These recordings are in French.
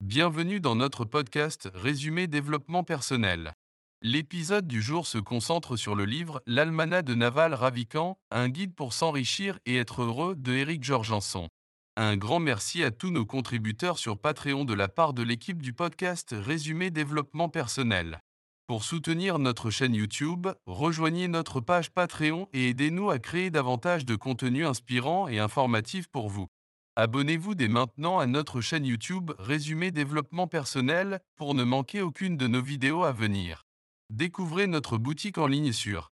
Bienvenue dans notre podcast Résumé développement personnel. L'épisode du jour se concentre sur le livre L'Almanach de Naval Ravikant, un guide pour s'enrichir et être heureux de Éric Georgenson. Un grand merci à tous nos contributeurs sur Patreon de la part de l'équipe du podcast Résumé développement personnel. Pour soutenir notre chaîne YouTube, rejoignez notre page Patreon et aidez-nous à créer davantage de contenu inspirant et informatif pour vous. Abonnez-vous dès maintenant à notre chaîne YouTube Résumé développement personnel pour ne manquer aucune de nos vidéos à venir. Découvrez notre boutique en ligne sur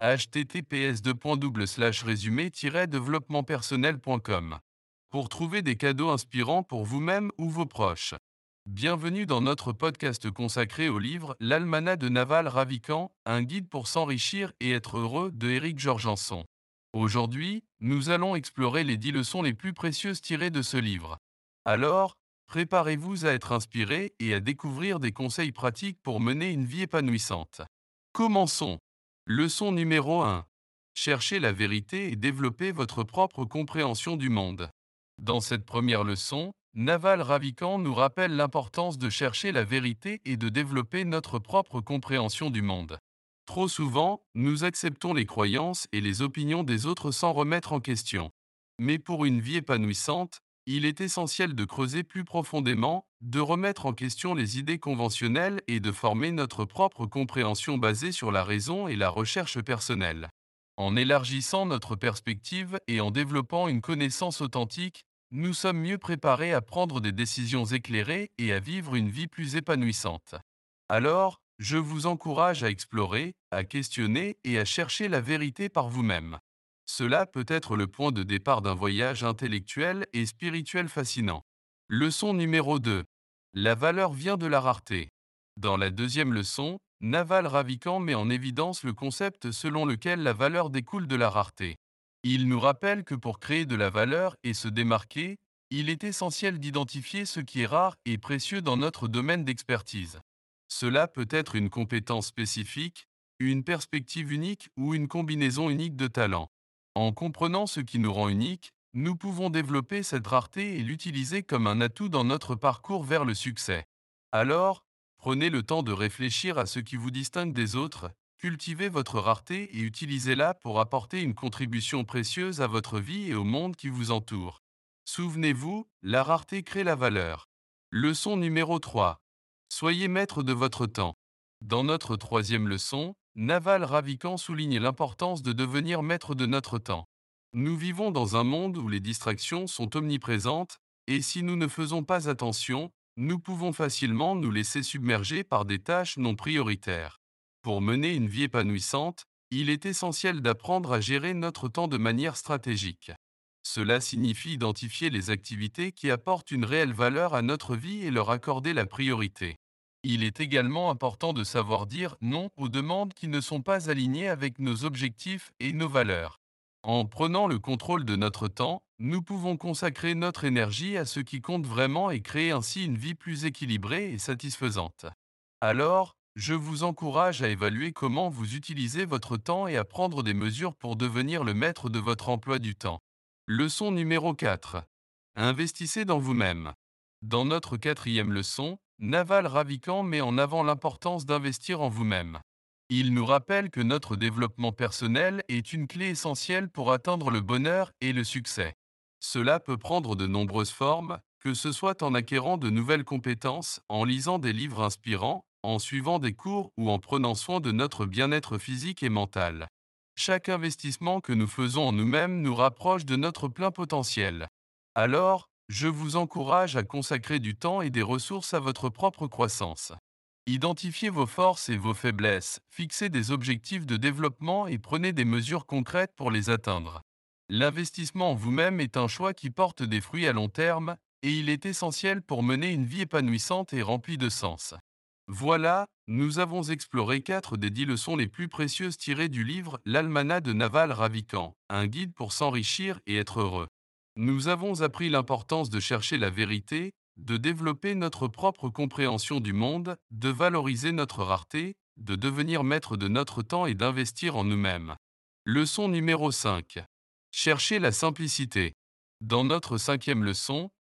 https://résumé-développementpersonnel.com pour trouver des cadeaux inspirants pour vous-même ou vos proches. Bienvenue dans notre podcast consacré au livre L'Almanach de Naval Ravikant, un guide pour s'enrichir et être heureux de Éric Georgenson. Aujourd'hui, nous allons explorer les 10 leçons les plus précieuses tirées de ce livre. Alors, préparez-vous à être inspiré et à découvrir des conseils pratiques pour mener une vie épanouissante. Commençons. Leçon numéro 1. Cherchez la vérité et développez votre propre compréhension du monde. Dans cette première leçon, Naval Ravikant nous rappelle l'importance de chercher la vérité et de développer notre propre compréhension du monde. Trop souvent, nous acceptons les croyances et les opinions des autres sans remettre en question. Mais pour une vie épanouissante, il est essentiel de creuser plus profondément, de remettre en question les idées conventionnelles et de former notre propre compréhension basée sur la raison et la recherche personnelle. En élargissant notre perspective et en développant une connaissance authentique, nous sommes mieux préparés à prendre des décisions éclairées et à vivre une vie plus épanouissante. Alors, je vous encourage à explorer, à questionner et à chercher la vérité par vous-même. Cela peut être le point de départ d'un voyage intellectuel et spirituel fascinant. Leçon numéro 2. La valeur vient de la rareté. Dans la deuxième leçon, Naval Ravikant met en évidence le concept selon lequel la valeur découle de la rareté. Il nous rappelle que pour créer de la valeur et se démarquer, il est essentiel d'identifier ce qui est rare et précieux dans notre domaine d'expertise. Cela peut être une compétence spécifique, une perspective unique ou une combinaison unique de talents. En comprenant ce qui nous rend unique, nous pouvons développer cette rareté et l'utiliser comme un atout dans notre parcours vers le succès. Alors, prenez le temps de réfléchir à ce qui vous distingue des autres, cultivez votre rareté et utilisez-la pour apporter une contribution précieuse à votre vie et au monde qui vous entoure. Souvenez-vous, la rareté crée la valeur. Leçon numéro 3. Soyez maître de votre temps. Dans notre troisième leçon, Naval Ravikant souligne l'importance de devenir maître de notre temps. Nous vivons dans un monde où les distractions sont omniprésentes, et si nous ne faisons pas attention, nous pouvons facilement nous laisser submerger par des tâches non prioritaires. Pour mener une vie épanouissante, il est essentiel d'apprendre à gérer notre temps de manière stratégique. Cela signifie identifier les activités qui apportent une réelle valeur à notre vie et leur accorder la priorité. Il est également important de savoir dire non aux demandes qui ne sont pas alignées avec nos objectifs et nos valeurs. En prenant le contrôle de notre temps, nous pouvons consacrer notre énergie à ce qui compte vraiment et créer ainsi une vie plus équilibrée et satisfaisante. Alors, je vous encourage à évaluer comment vous utilisez votre temps et à prendre des mesures pour devenir le maître de votre emploi du temps. Leçon numéro 4. Investissez dans vous-même. Dans notre quatrième leçon, Naval Ravikant met en avant l'importance d'investir en vous-même. Il nous rappelle que notre développement personnel est une clé essentielle pour atteindre le bonheur et le succès. Cela peut prendre de nombreuses formes, que ce soit en acquérant de nouvelles compétences, en lisant des livres inspirants, en suivant des cours ou en prenant soin de notre bien-être physique et mental. Chaque investissement que nous faisons en nous-mêmes nous rapproche de notre plein potentiel. Alors, je vous encourage à consacrer du temps et des ressources à votre propre croissance. Identifiez vos forces et vos faiblesses, fixez des objectifs de développement et prenez des mesures concrètes pour les atteindre. L'investissement en vous-même est un choix qui porte des fruits à long terme, et il est essentiel pour mener une vie épanouissante et remplie de sens. Voilà, nous avons exploré 4 des 10 leçons les plus précieuses tirées du livre L'Almanach de Naval Ravikant, un guide pour s'enrichir et être heureux. Nous avons appris l'importance de chercher la vérité, de développer notre propre compréhension du monde, de valoriser notre rareté, de devenir maître de notre temps et d'investir en nous-mêmes. Leçon numéro 5. Chercher la simplicité. Dans notre cinquième leçon,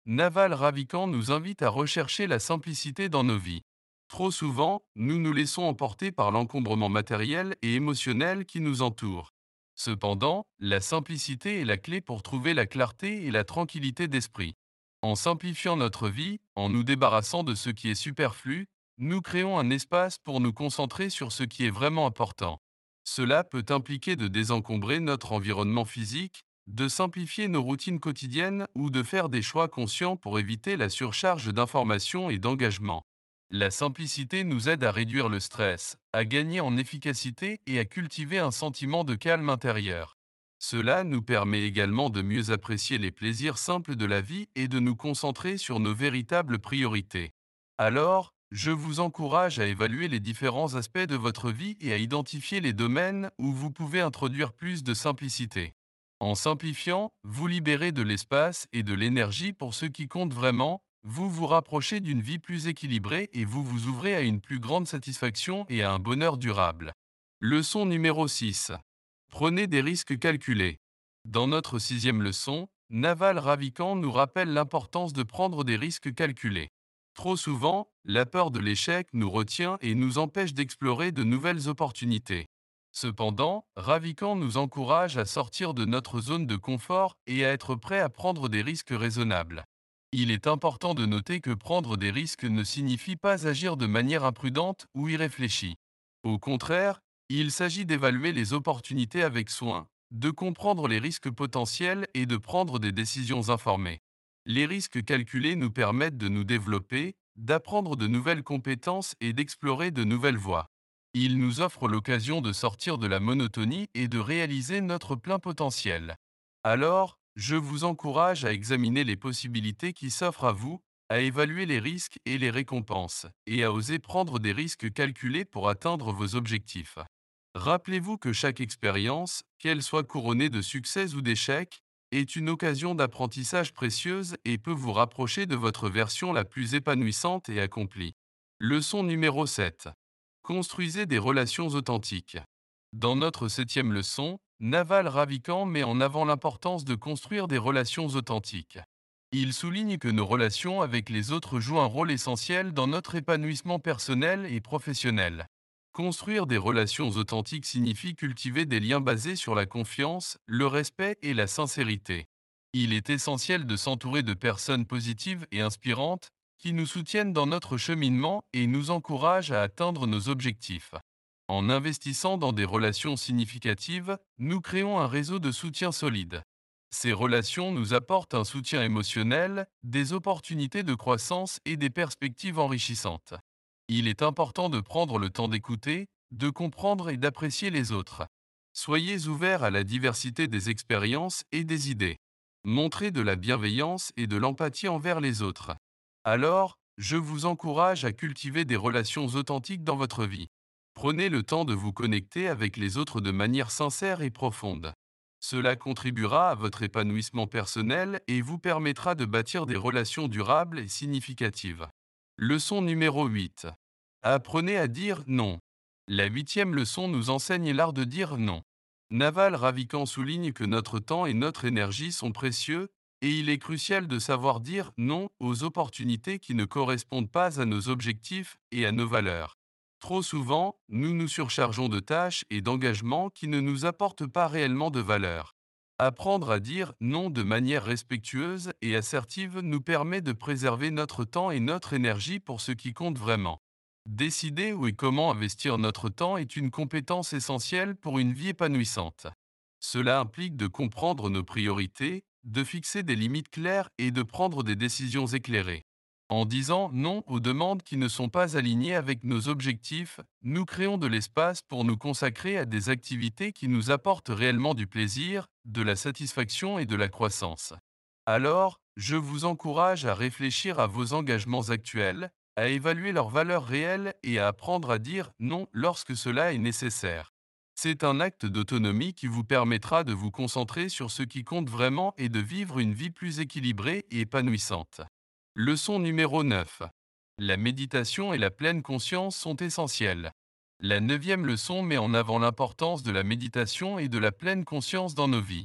Naval Ravikant nous invite à rechercher la simplicité dans nos vies. Trop souvent, nous nous laissons emporter par l'encombrement matériel et émotionnel qui nous entoure. Cependant, la simplicité est la clé pour trouver la clarté et la tranquillité d'esprit. En simplifiant notre vie, en nous débarrassant de ce qui est superflu, nous créons un espace pour nous concentrer sur ce qui est vraiment important. Cela peut impliquer de désencombrer notre environnement physique, de simplifier nos routines quotidiennes ou de faire des choix conscients pour éviter la surcharge d'informations et d'engagement. La simplicité nous aide à réduire le stress, à gagner en efficacité et à cultiver un sentiment de calme intérieur. Cela nous permet également de mieux apprécier les plaisirs simples de la vie et de nous concentrer sur nos véritables priorités. Alors, je vous encourage à évaluer les différents aspects de votre vie et à identifier les domaines où vous pouvez introduire plus de simplicité. En simplifiant, vous libérez de l'espace et de l'énergie pour ce qui compte vraiment, vous vous rapprochez d'une vie plus équilibrée et vous vous ouvrez à une plus grande satisfaction et à un bonheur durable. Leçon numéro 6. Prenez des risques calculés. Dans notre sixième leçon, Naval Ravikant nous rappelle l'importance de prendre des risques calculés. Trop souvent, la peur de l'échec nous retient et nous empêche d'explorer de nouvelles opportunités. Cependant, Ravikant nous encourage à sortir de notre zone de confort et à être prêt à prendre des risques raisonnables. Il est important de noter que prendre des risques ne signifie pas agir de manière imprudente ou irréfléchie. Au contraire, il s'agit d'évaluer les opportunités avec soin, de comprendre les risques potentiels et de prendre des décisions informées. Les risques calculés nous permettent de nous développer, d'apprendre de nouvelles compétences et d'explorer de nouvelles voies. Ils nous offrent l'occasion de sortir de la monotonie et de réaliser notre plein potentiel. Alors, je vous encourage à examiner les possibilités qui s'offrent à vous, à évaluer les risques et les récompenses, et à oser prendre des risques calculés pour atteindre vos objectifs. Rappelez-vous que chaque expérience, qu'elle soit couronnée de succès ou d'échecs, est une occasion d'apprentissage précieuse et peut vous rapprocher de votre version la plus épanouissante et accomplie. Leçon numéro 7. Construisez des relations authentiques. Dans notre septième leçon, Naval Ravikant met en avant l'importance de construire des relations authentiques. Il souligne que nos relations avec les autres jouent un rôle essentiel dans notre épanouissement personnel et professionnel. Construire des relations authentiques signifie cultiver des liens basés sur la confiance, le respect et la sincérité. Il est essentiel de s'entourer de personnes positives et inspirantes qui nous soutiennent dans notre cheminement et nous encouragent à atteindre nos objectifs. En investissant dans des relations significatives, nous créons un réseau de soutien solide. Ces relations nous apportent un soutien émotionnel, des opportunités de croissance et des perspectives enrichissantes. Il est important de prendre le temps d'écouter, de comprendre et d'apprécier les autres. Soyez ouverts à la diversité des expériences et des idées. Montrez de la bienveillance et de l'empathie envers les autres. Alors, je vous encourage à cultiver des relations authentiques dans votre vie. Prenez le temps de vous connecter avec les autres de manière sincère et profonde. Cela contribuera à votre épanouissement personnel et vous permettra de bâtir des relations durables et significatives. Leçon numéro 8. Apprenez à dire non. La huitième leçon nous enseigne l'art de dire non. Naval Ravikant souligne que notre temps et notre énergie sont précieux, et il est crucial de savoir dire non aux opportunités qui ne correspondent pas à nos objectifs et à nos valeurs. Trop souvent, nous nous surchargeons de tâches et d'engagements qui ne nous apportent pas réellement de valeur. Apprendre à dire non de manière respectueuse et assertive nous permet de préserver notre temps et notre énergie pour ce qui compte vraiment. Décider où et comment investir notre temps est une compétence essentielle pour une vie épanouissante. Cela implique de comprendre nos priorités, de fixer des limites claires et de prendre des décisions éclairées. En disant non aux demandes qui ne sont pas alignées avec nos objectifs, nous créons de l'espace pour nous consacrer à des activités qui nous apportent réellement du plaisir, de la satisfaction et de la croissance. Alors, je vous encourage à réfléchir à vos engagements actuels, à évaluer leurs valeurs réelles et à apprendre à dire non lorsque cela est nécessaire. C'est un acte d'autonomie qui vous permettra de vous concentrer sur ce qui compte vraiment et de vivre une vie plus équilibrée et épanouissante. Leçon numéro 9. La méditation et la pleine conscience sont essentielles. La neuvième leçon met en avant l'importance de la méditation et de la pleine conscience dans nos vies.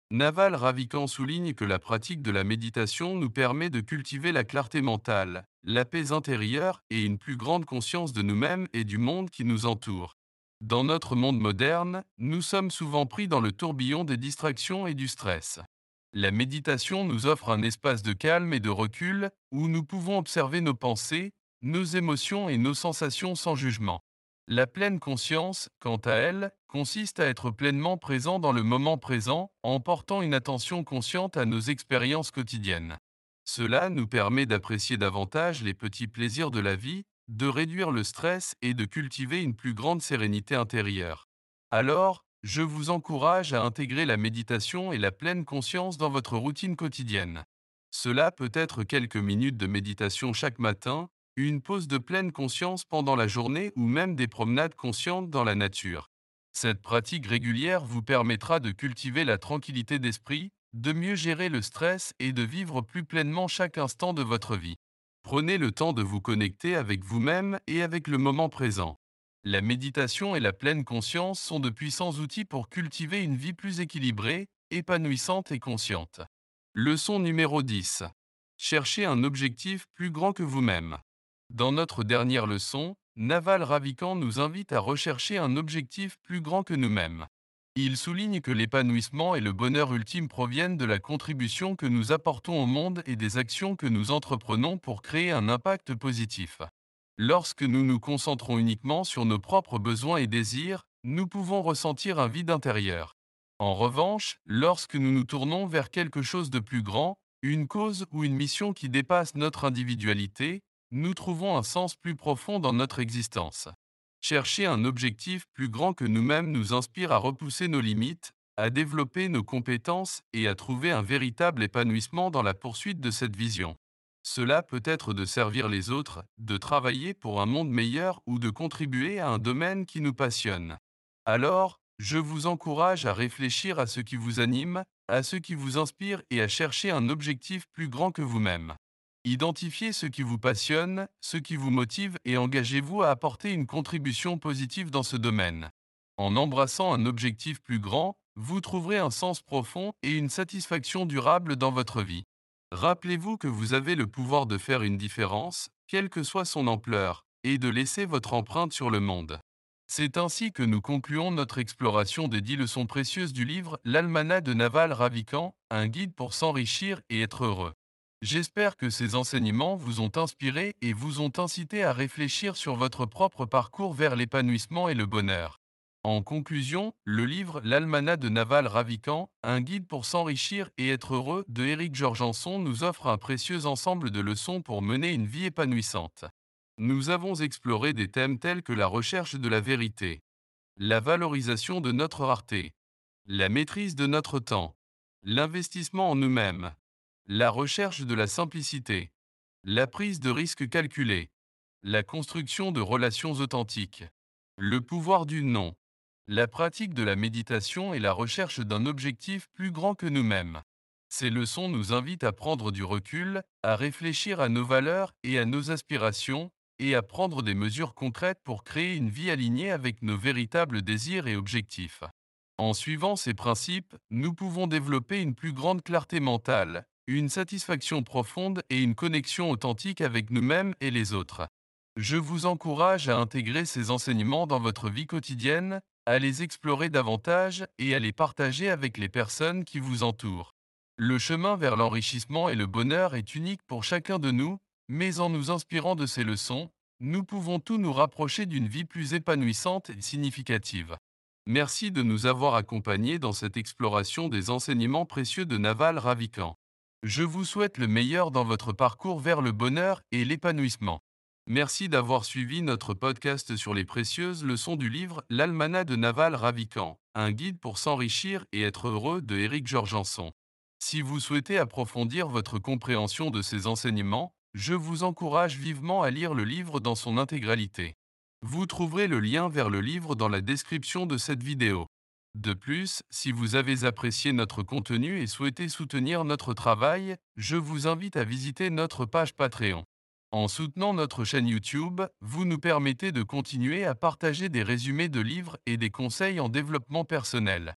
Naval Ravikant souligne que la pratique de la méditation nous permet de cultiver la clarté mentale, la paix intérieure et une plus grande conscience de nous-mêmes et du monde qui nous entoure. Dans notre monde moderne, nous sommes souvent pris dans le tourbillon des distractions et du stress. La méditation nous offre un espace de calme et de recul où nous pouvons observer nos pensées, nos émotions et nos sensations sans jugement. La pleine conscience, quant à elle, consiste à être pleinement présent dans le moment présent en portant une attention consciente à nos expériences quotidiennes. Cela nous permet d'apprécier davantage les petits plaisirs de la vie, de réduire le stress et de cultiver une plus grande sérénité intérieure. Alors, je vous encourage à intégrer la méditation et la pleine conscience dans votre routine quotidienne. Cela peut être quelques minutes de méditation chaque matin, une pause de pleine conscience pendant la journée ou même des promenades conscientes dans la nature. Cette pratique régulière vous permettra de cultiver la tranquillité d'esprit, de mieux gérer le stress et de vivre plus pleinement chaque instant de votre vie. Prenez le temps de vous connecter avec vous-même et avec le moment présent. La méditation et la pleine conscience sont de puissants outils pour cultiver une vie plus équilibrée, épanouissante et consciente. Leçon numéro 10. Cherchez un objectif plus grand que vous-même. Dans notre dernière leçon, Naval Ravikant nous invite à rechercher un objectif plus grand que nous-mêmes. Il souligne que l'épanouissement et le bonheur ultime proviennent de la contribution que nous apportons au monde et des actions que nous entreprenons pour créer un impact positif. Lorsque nous nous concentrons uniquement sur nos propres besoins et désirs, nous pouvons ressentir un vide intérieur. En revanche, lorsque nous nous tournons vers quelque chose de plus grand, une cause ou une mission qui dépasse notre individualité, nous trouvons un sens plus profond dans notre existence. Chercher un objectif plus grand que nous-mêmes nous inspire à repousser nos limites, à développer nos compétences et à trouver un véritable épanouissement dans la poursuite de cette vision. Cela peut être de servir les autres, de travailler pour un monde meilleur ou de contribuer à un domaine qui nous passionne. Alors, je vous encourage à réfléchir à ce qui vous anime, à ce qui vous inspire et à chercher un objectif plus grand que vous-même. Identifiez ce qui vous passionne, ce qui vous motive et engagez-vous à apporter une contribution positive dans ce domaine. En embrassant un objectif plus grand, vous trouverez un sens profond et une satisfaction durable dans votre vie. Rappelez-vous que vous avez le pouvoir de faire une différence, quelle que soit son ampleur, et de laisser votre empreinte sur le monde. C'est ainsi que nous concluons notre exploration des 10 leçons précieuses du livre L'Almanach de Naval Ravikant, un guide pour s'enrichir et être heureux. J'espère que ces enseignements vous ont inspiré et vous ont incité à réfléchir sur votre propre parcours vers l'épanouissement et le bonheur. En conclusion, le livre L'Almanach de Naval Ravikant, un guide pour s'enrichir et être heureux de Éric Georgenson nous offre un précieux ensemble de leçons pour mener une vie épanouissante. Nous avons exploré des thèmes tels que la recherche de la vérité, la valorisation de notre rareté, la maîtrise de notre temps, l'investissement en nous-mêmes, la recherche de la simplicité, la prise de risques calculés, la construction de relations authentiques, le pouvoir du non, la pratique de la méditation et la recherche d'un objectif plus grand que nous-mêmes. Ces leçons nous invitent à prendre du recul, à réfléchir à nos valeurs et à nos aspirations, et à prendre des mesures concrètes pour créer une vie alignée avec nos véritables désirs et objectifs. En suivant ces principes, nous pouvons développer une plus grande clarté mentale, une satisfaction profonde et une connexion authentique avec nous-mêmes et les autres. Je vous encourage à intégrer ces enseignements dans votre vie quotidienne, à les explorer davantage et à les partager avec les personnes qui vous entourent. Le chemin vers l'enrichissement et le bonheur est unique pour chacun de nous, mais en nous inspirant de ces leçons, nous pouvons tous nous rapprocher d'une vie plus épanouissante et significative. Merci de nous avoir accompagnés dans cette exploration des enseignements précieux de Naval Ravikant. Je vous souhaite le meilleur dans votre parcours vers le bonheur et l'épanouissement. Merci d'avoir suivi notre podcast sur les précieuses leçons du livre L'Almanach de Naval Ravikant, un guide pour s'enrichir et être heureux de Éric Georgenson. Si vous souhaitez approfondir votre compréhension de ces enseignements, je vous encourage vivement à lire le livre dans son intégralité. Vous trouverez le lien vers le livre dans la description de cette vidéo. De plus, si vous avez apprécié notre contenu et souhaitez soutenir notre travail, je vous invite à visiter notre page Patreon. En soutenant notre chaîne YouTube, vous nous permettez de continuer à partager des résumés de livres et des conseils en développement personnel.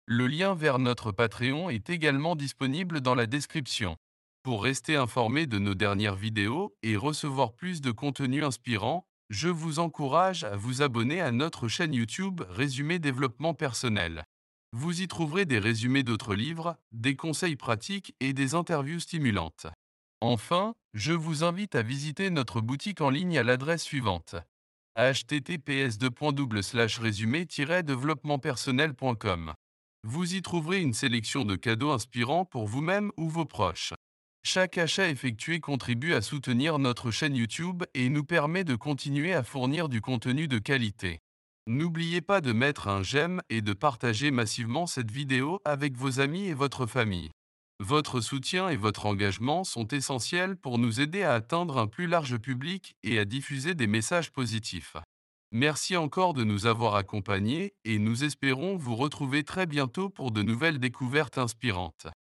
Le lien vers notre Patreon est également disponible dans la description. Pour rester informé de nos dernières vidéos et recevoir plus de contenu inspirant, je vous encourage à vous abonner à notre chaîne YouTube Résumé Développement Personnel. Vous y trouverez des résumés d'autres livres, des conseils pratiques et des interviews stimulantes. Enfin, je vous invite à visiter notre boutique en ligne à l'adresse suivante: https://résumé-développementpersonnel.com. Vous y trouverez une sélection de cadeaux inspirants pour vous-même ou vos proches. Chaque achat effectué contribue à soutenir notre chaîne YouTube et nous permet de continuer à fournir du contenu de qualité. N'oubliez pas de mettre un j'aime et de partager massivement cette vidéo avec vos amis et votre famille. Votre soutien et votre engagement sont essentiels pour nous aider à atteindre un plus large public et à diffuser des messages positifs. Merci encore de nous avoir accompagnés et nous espérons vous retrouver très bientôt pour de nouvelles découvertes inspirantes.